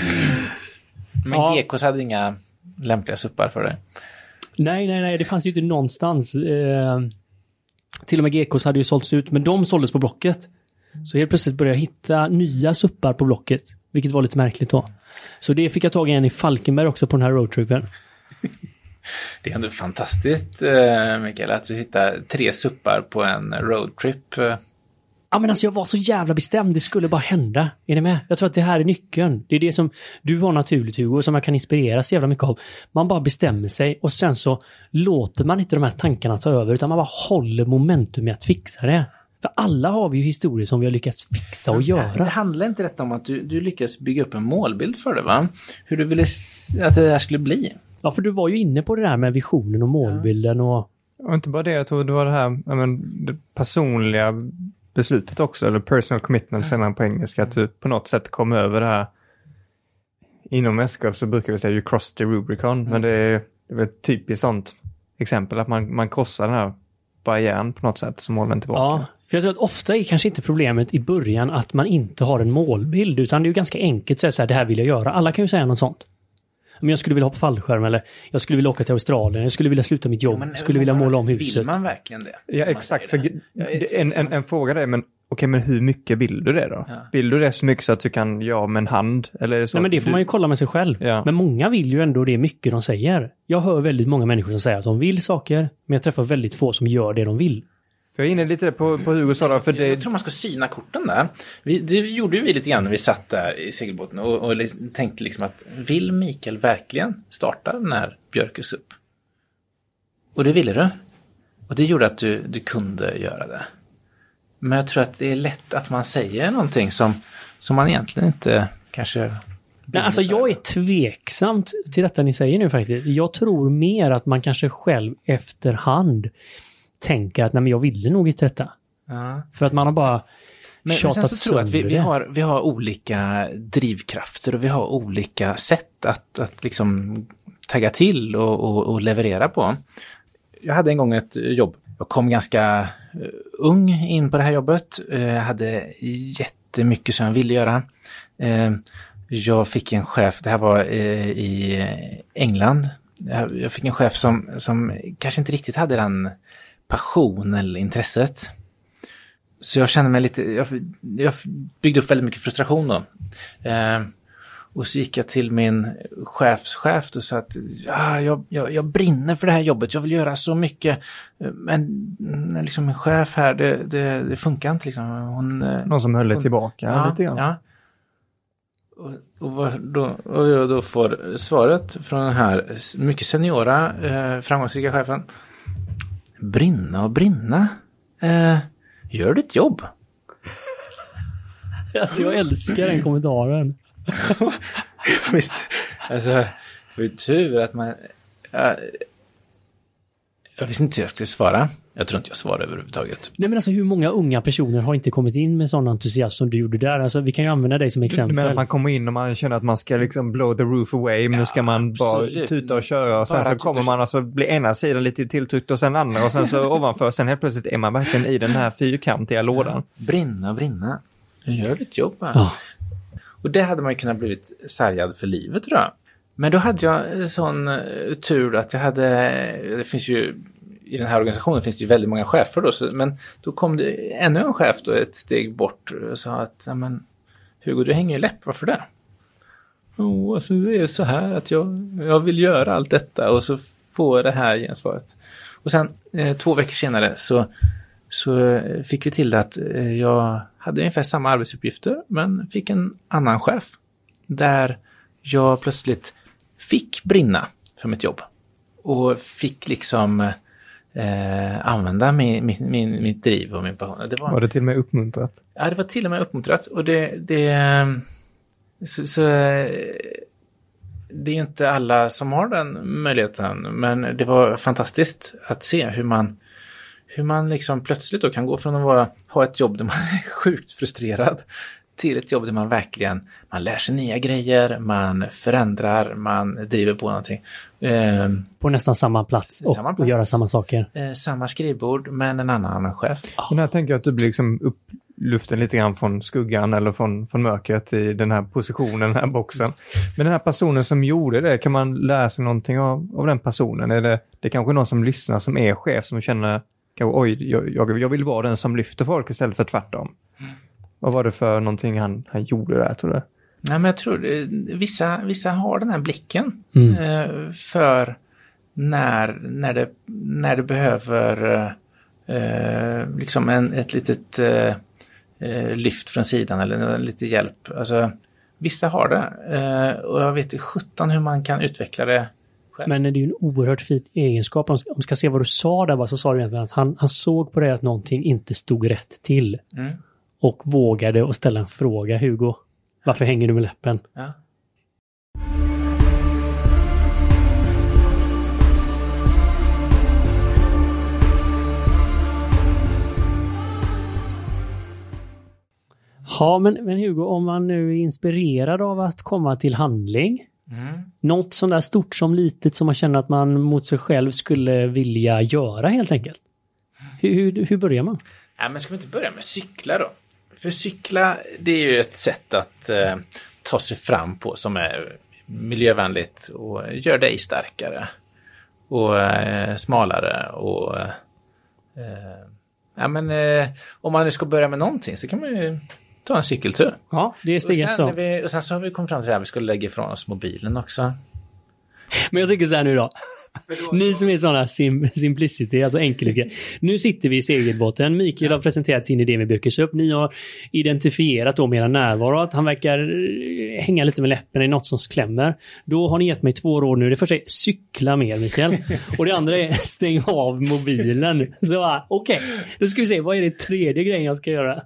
Men ja. G K:s hade inga lämpliga suppar för det? Nej, nej, nej. Det fanns ju inte någonstans... Eh... Till och med G K:s hade ju sålts ut, men de såldes på Blocket. Så helt plötsligt började jag hitta nya suppar på Blocket, vilket var lite märkligt då. Så det fick jag tag i en i Falkenberg också på den här roadtrippen. Det är ändå fantastiskt, Mikael, att du hittar tre suppar på en roadtrip. Ja, men alltså jag var så jävla bestämd, det skulle bara hända. Är ni med? Jag tror att det här är nyckeln. Det är det som du har naturligt, Hugo, och som jag kan inspireras jävla mycket av. Man bara bestämmer sig och sen så låter man inte de här tankarna ta över, utan man bara håller momentum med att fixa det. För alla har vi ju historier som vi har lyckats fixa och göra. Det handlar inte rätt om att du, du lyckas bygga upp en målbild för det, va? Hur du ville att det här skulle bli. Ja, för du var ju inne på det där med visionen och målbilden och... Och inte bara det, jag tror det var det här jag men, det personliga beslutet också, eller personal commitment säger man på engelska, att du på något sätt kom över det här. Inom S K F så brukar vi säga you cross the Rubicon, mm. men det är, det är ett typiskt sånt exempel att man, man krossar den här barriären på något sätt som håller den tillbaka. Ja, för jag tror att ofta är kanske inte problemet i början att man inte har en målbild, utan det är ju ganska enkelt att säga så här, det här vill jag göra. Alla kan ju säga något sånt. Men jag skulle vilja hoppa fallskärm, eller jag skulle vilja åka till Australien, jag skulle vilja sluta mitt jobb, jag skulle vilja måla om huset. Vill man verkligen det? Ja, exakt. För en, en, en fråga är, men okej, okay, men hur mycket vill du det då? Ja. Vill du det så mycket så att du kan göra med en hand? Eller är det så? Nej, men det får du... man ju kolla med sig själv. Ja. Men många vill ju ändå det mycket de säger. Jag hör väldigt många människor som säger att de vill saker, men jag träffar väldigt få som gör det de vill. Jag är inne lite på, på Hugo sa då, för det... Jag tror man ska syna korten där. Vi, det gjorde ju vi lite grann när vi satt där i segelbåten och, och tänkte liksom att vill Mikael verkligen starta den här Björkös upp? Och det ville du. Och det gjorde att du, du kunde göra det. Men jag tror att det är lätt att man säger någonting som, som man egentligen inte kanske... Nej, alltså jag är tveksamt till detta ni säger nu faktiskt. Jag tror mer att man kanske själv efterhand tänker att nej, men jag ville nog inte detta. Ja. För att man har bara men, tjatat men sen så tror jag att vi, vi, det. har, vi har olika drivkrafter och vi har olika sätt att, att liksom tagga till och, och, och leverera på. Jag hade en gång ett jobb. Jag kom ganska uh, ung in på det här jobbet. Uh, jag hade jättemycket som jag ville göra. Uh, jag fick en chef, det här var uh, i England. Jag, jag fick en chef som, som kanske inte riktigt hade den passion eller intresset. Så jag kände mig lite, jag, jag byggde upp väldigt mycket frustration då. Eh, och så gick jag till min chefschef och sa att ja, jag, jag, jag brinner för det här jobbet, jag vill göra så mycket. Men liksom min chef här, det, det, det funkar inte liksom. Hon, Någon som höll det tillbaka ja, lite grann. Ja. Och, och, då, och jag då får svaret från den här mycket seniora eh, framgångsrika chefen. Brinna och brinna. Eh, gör ditt jobb. Alltså jag älskar den kommentaren. Visst. Alltså, var ju tur att man... Jag, jag visste inte hur jag skulle svara. Jag tror inte jag svarar överhuvudtaget. Nej, men alltså hur många unga personer har inte kommit in med sån entusiasm som du gjorde där? Alltså vi kan ju använda dig som exempel. Men att man kommer in och man känner att man ska liksom blow the roof away, men ja, nu ska man absolut. bara tuta och köra och sen bara så kommer man alltså bli ena sidan lite tilltryckt och sen andra och sen så ovanför, sen helt plötsligt är man verkligen i den här fyrkantiga lådan. Brinna, brinna. Du gör ditt jobb här. Ja. Och det hade man ju kunnat blivit sargad för livet, tror jag. Men då hade jag sån tur att jag hade, det finns ju i den här organisationen finns det ju väldigt många chefer då, så, men då kom det ännu en chef då ett steg bort och sa att ja, men Hugo, du hänger ju läpp, varför det? Oh, alltså det är så här att jag, jag vill göra allt detta och så får det här gensvaret. Och sen eh, två veckor senare så, så fick vi till det att eh, jag hade ungefär samma arbetsuppgifter men fick en annan chef där jag plötsligt fick brinna för mitt jobb och fick liksom eh, använda min, min, min, mitt driv och min passion. Det var, var det till och med uppmuntrat? Ja, det var till och med uppmuntrat och det, det så, så det är inte alla som har den möjligheten, men det var fantastiskt att se hur man hur man liksom plötsligt då kan gå från att vara, ha ett jobb där man är sjukt frustrerad till ett jobb där man verkligen man lär sig nya grejer, man förändrar, man driver på någonting. Eh, på nästan samma plats och, samma plats, och göra samma saker. Eh, samma skrivbord, men en annan chef. Men här tänker jag att du blir liksom uppluften lite grann från skuggan eller från, från mörkret i den här positionen, den här boxen. Men den här personen som gjorde det, kan man lära sig någonting av, av den personen? Är det, det är kanske någon som lyssnar som är chef som känner kanske, oj, jag, jag, jag vill vara den som lyfter folk istället för tvärtom. Mm. Vad var det för någonting han, han gjorde där, tror du? Nej, men jag tror vissa, vissa har den här blicken mm. eh, för när, när, det, när det behöver eh, liksom en, ett litet eh, lyft från sidan eller lite hjälp. Alltså, vissa har det eh, och jag vet sjutton hur man kan utveckla det själv. Men det är ju en oerhört fin egenskap. Om man ska se vad du sa där, så sa du egentligen att han, han såg på det att någonting inte stod rätt till. Mm. Och vågade att ställa en fråga, Hugo. Varför hänger du med läppen? Ja. Ja, men, men Hugo, om man nu är inspirerad av att komma till handling. Mm. Något sånt där stort som litet som man känner att man mot sig själv skulle vilja göra helt enkelt. Hur, hur, hur börjar man? Ja, men ska vi inte börja med cykla då? För cykla, det är ju ett sätt att eh, ta sig fram på som är miljövänligt och gör dig starkare och eh, smalare och eh, ja, men eh, om man nu ska börja med någonting så kan man ju ta en cykeltur. Ja, det är steget och sen, vi, och sen så har vi kommit fram till att vi skulle lägga ifrån oss mobilen också. Men jag tycker så här nu då. Ni som är sådana sim- simplicity, alltså enkelhet. Nu sitter vi i segelbåten. Mikael har presenterat sin idé med Birkesup. Ni har identifierat då med era närvaro att han verkar hänga lite med läppen i något som klämmer. Då har ni gett mig två råd nu. Det första är cykla mer, Mikael. Och det andra är stäng av mobilen. Så okej, okay. Då ska vi se. Vad är det tredje grejen jag ska göra?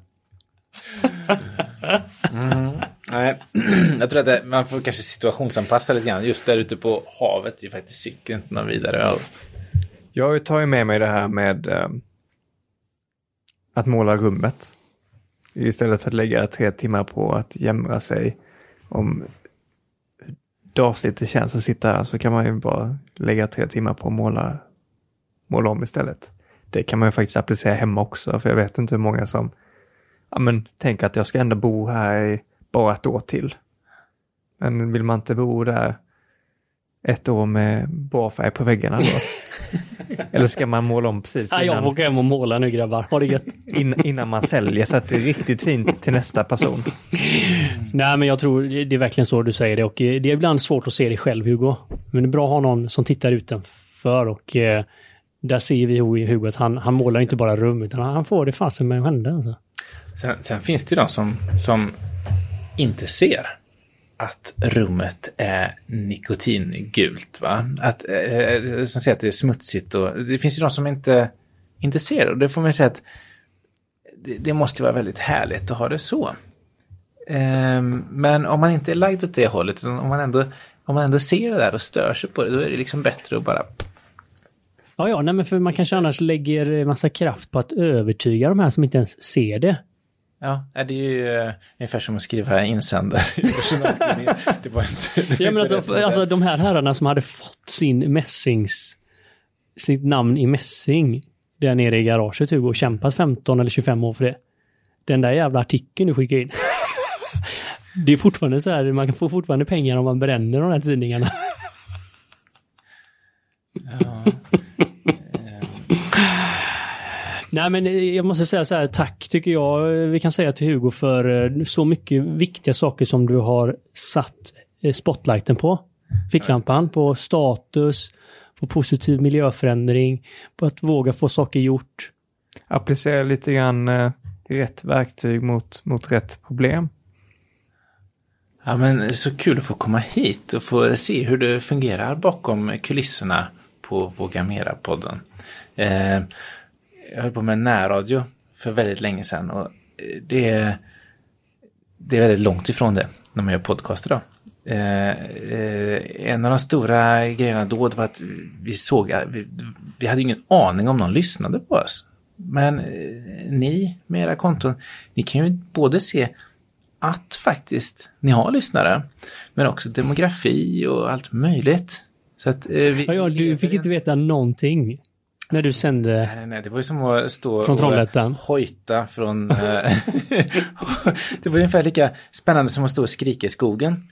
Mm. Nej, jag tror att det, man får kanske situationsanpassa lite grann. Just där ute på havet är faktiskt cykeln inte någon vidare. Jag tar ju med mig det här med eh, att måla rummet. Istället för att lägga tre timmar på att jämra sig om dagsigt det känns att sitta här, så kan man ju bara lägga tre timmar på att måla, måla om istället. Det kan man ju faktiskt applicera hemma också, för jag vet inte hur många som ja, men tänk att jag ska ändå bo här i bara ett år till. Men vill man inte bo där ett år med bra färg på väggarna då? Eller ska man måla om precis innan? Ja, jag vågar hem och måla nu, grabbar. Har det gött. In, innan man säljer så att det är riktigt fint till nästa person. Nej, men jag tror det är verkligen så du säger det. Och det är ibland svårt att se det själv, Hugo. Men det är bra att ha någon som tittar utanför. Och eh, där ser vi Hugo att han, han målar inte bara rum, utan han får det fasen med hända. Alltså. Sen, sen finns det ju de som, som inte ser att rummet är nikotingult, va? Att, eh, som säger att det är smutsigt. Och det finns ju de som inte, inte ser det. Och det får man säga att det, det måste vara väldigt härligt att ha det så. Eh, men om man inte är lagd åt det hållet, om man ändå om man ändå ser det där och stör sig på det, då är det liksom bättre att bara... Ja, ja, nej, men för man kanske annars lägger massa kraft på att övertyga de här som inte ens ser det. Ja, det är ju uh, ungefär som att skriva insändare i personaltidningen. Det var inte... Det var ja, men inte alltså, alltså de här herrarna som hade fått sin mässings... sitt namn i mässing där nere i garaget, Hugo, och kämpat femton eller tjugofem år för det. Den där jävla artikeln du skickar in. Det är fortfarande så här, man kan få fortfarande pengar om man bränner de här tidningarna. Ja. Nej, men jag måste säga så här, tack tycker jag vi kan säga till Hugo för så mycket viktiga saker som du har satt spotlighten på. Ficklampan, på status, på positiv miljöförändring, på att våga få saker gjort. Applicera lite grann eh, rätt verktyg mot, mot rätt problem. Ja, men så kul att få komma hit och få se hur det fungerar bakom kulisserna på Våga Mera-podden. Eh, jag höll på med närradio för väldigt länge sedan och det, det är väldigt långt ifrån det när man gör podcast idag. Eh, eh, en av de stora grejerna då var att vi såg att vi, vi hade ingen aning om någon lyssnade på oss. Men eh, ni med era konton, ni kan ju både se att faktiskt ni har lyssnare, men också demografi och allt möjligt. Så att, eh, vi, ja, ja, du fick inte veta någonting när du sände. Nej, nej, det var ju som att stå från Trollhättan. Och hojta från... det var ungefär lika spännande som att stå och skrika i skogen.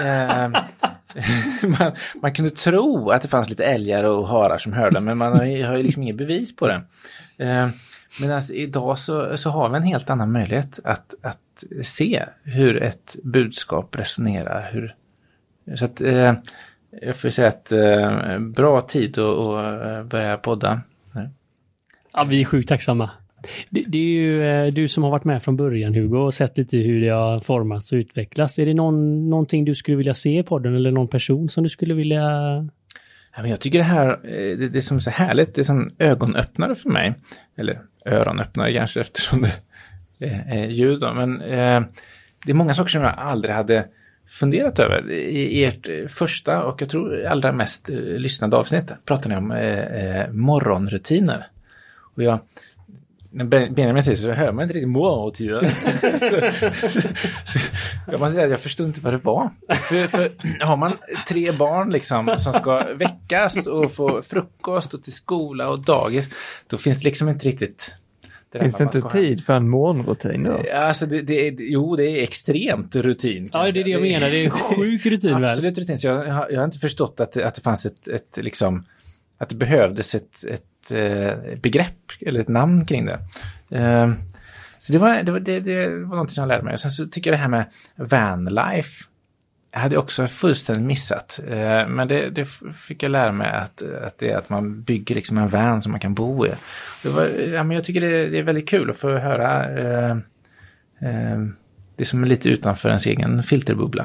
man, man kunde tro att det fanns lite älgar och harar som hörde, men man har ju, har ju liksom inget bevis på det. Men alltså, idag så, så har vi en helt annan möjlighet att, att se hur ett budskap resonerar. Hur, så att... Jag får säga att eh, bra tid att, att börja podda. Nej. Ja, vi är sjukt tacksamma. Det, det är ju eh, du som har varit med från början, Hugo, och sett lite hur det har formats och utvecklats. Är det någon, någonting du skulle vilja se i podden eller någon person som du skulle vilja... Ja, men jag tycker det här, det, det är som så härligt, det är som ögonöppnare för mig. Eller öronöppnare kanske eftersom det är, är ljud. Då. Men eh, det är många saker som jag aldrig hade funderat över. I ert första och jag tror allra mest eh, lyssnade avsnitt pratade ni om eh, morgonrutiner. Och jag, när Benjamin säger så hör man inte riktigt morgonrutiner. så, så, så, jag måste säga att jag förstod inte vad det var. För, för har man tre barn liksom som ska väckas och få frukost och till skola och dagis, då finns det liksom inte riktigt... Det finns det inte tid ha... för en morgonrutin då? Alltså det, det är, jo, det är extremt rutin. Ja, det är det jag menar. Det är en sjuk rutin väl? Absolut rutin. Så jag, jag har inte förstått att, att det fanns ett, ett liksom, att det behövdes ett, ett eh, begrepp eller ett namn kring det. Eh, så det var, det, var, det, det var något som jag lärde mig. Och sen så tycker jag det här med vanlife jag hade också fullständigt missat. Eh, men det, det fick jag lära mig att, att det är att man bygger liksom en van som man kan bo i. Det var, ja, men jag tycker det, det är väldigt kul att få höra eh, eh, det som är lite utanför ens egen filterbubbla.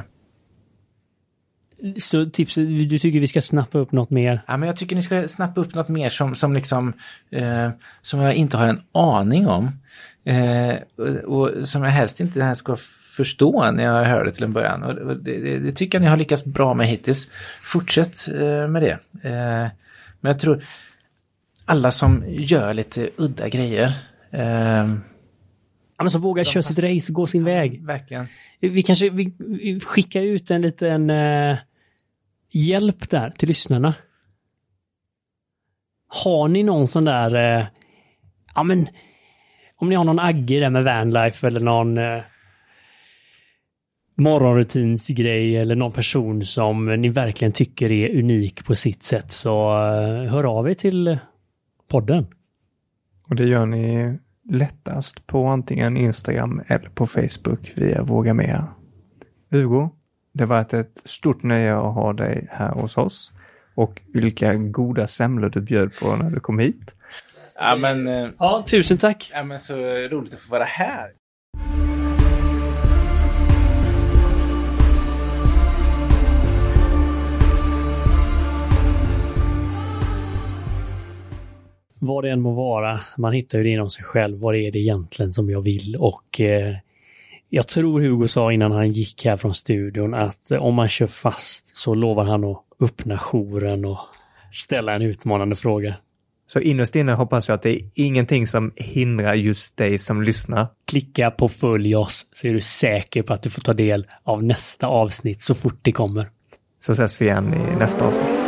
Så tips, du tycker vi ska snappa upp något mer? Ja, men jag tycker ni ska snappa upp något mer som, som, liksom, eh, som jag inte har en aning om. Eh, och, och som jag helst inte här ska förstå när jag hör det till en början. Och, och det, det, det tycker jag ni har lyckats bra med hittills. Fortsätt eh, med det. Eh, men jag tror alla som gör lite udda grejer... Eh, Ja, men så vågar köra sitt race, gå sin ja, väg. Verkligen. Vi kanske vi, vi skickar ut en liten eh, hjälp där till lyssnarna. Har ni någon sån där... Eh, ja, men... Om ni har någon agge där med vanlife eller någon eh, morgonrutinsgrej eller någon person som ni verkligen tycker är unik på sitt sätt, så eh, hör av er till podden. Och det gör ni lättast på antingen Instagram eller på Facebook via Våga Mera. Hugo, det har varit ett stort nöje att ha dig här hos oss. Och vilka goda semlor du bjöd på när du kom hit. Ja, men, ja, tusen tack. Ja, men så roligt att få vara här. Vad det än må vara, man hittar ju det inom sig själv. Vad är det egentligen som jag vill? Och eh, Jag tror Hugo sa innan han gick här från studion att om man kör fast så lovar han att öppna jouren och ställa en utmanande fråga. Så innerst inne hoppas jag att det är ingenting som hindrar just dig som lyssnar. Klicka på följ oss så är du säker på att du får ta del av nästa avsnitt så fort det kommer. Så ses vi igen i nästa avsnitt.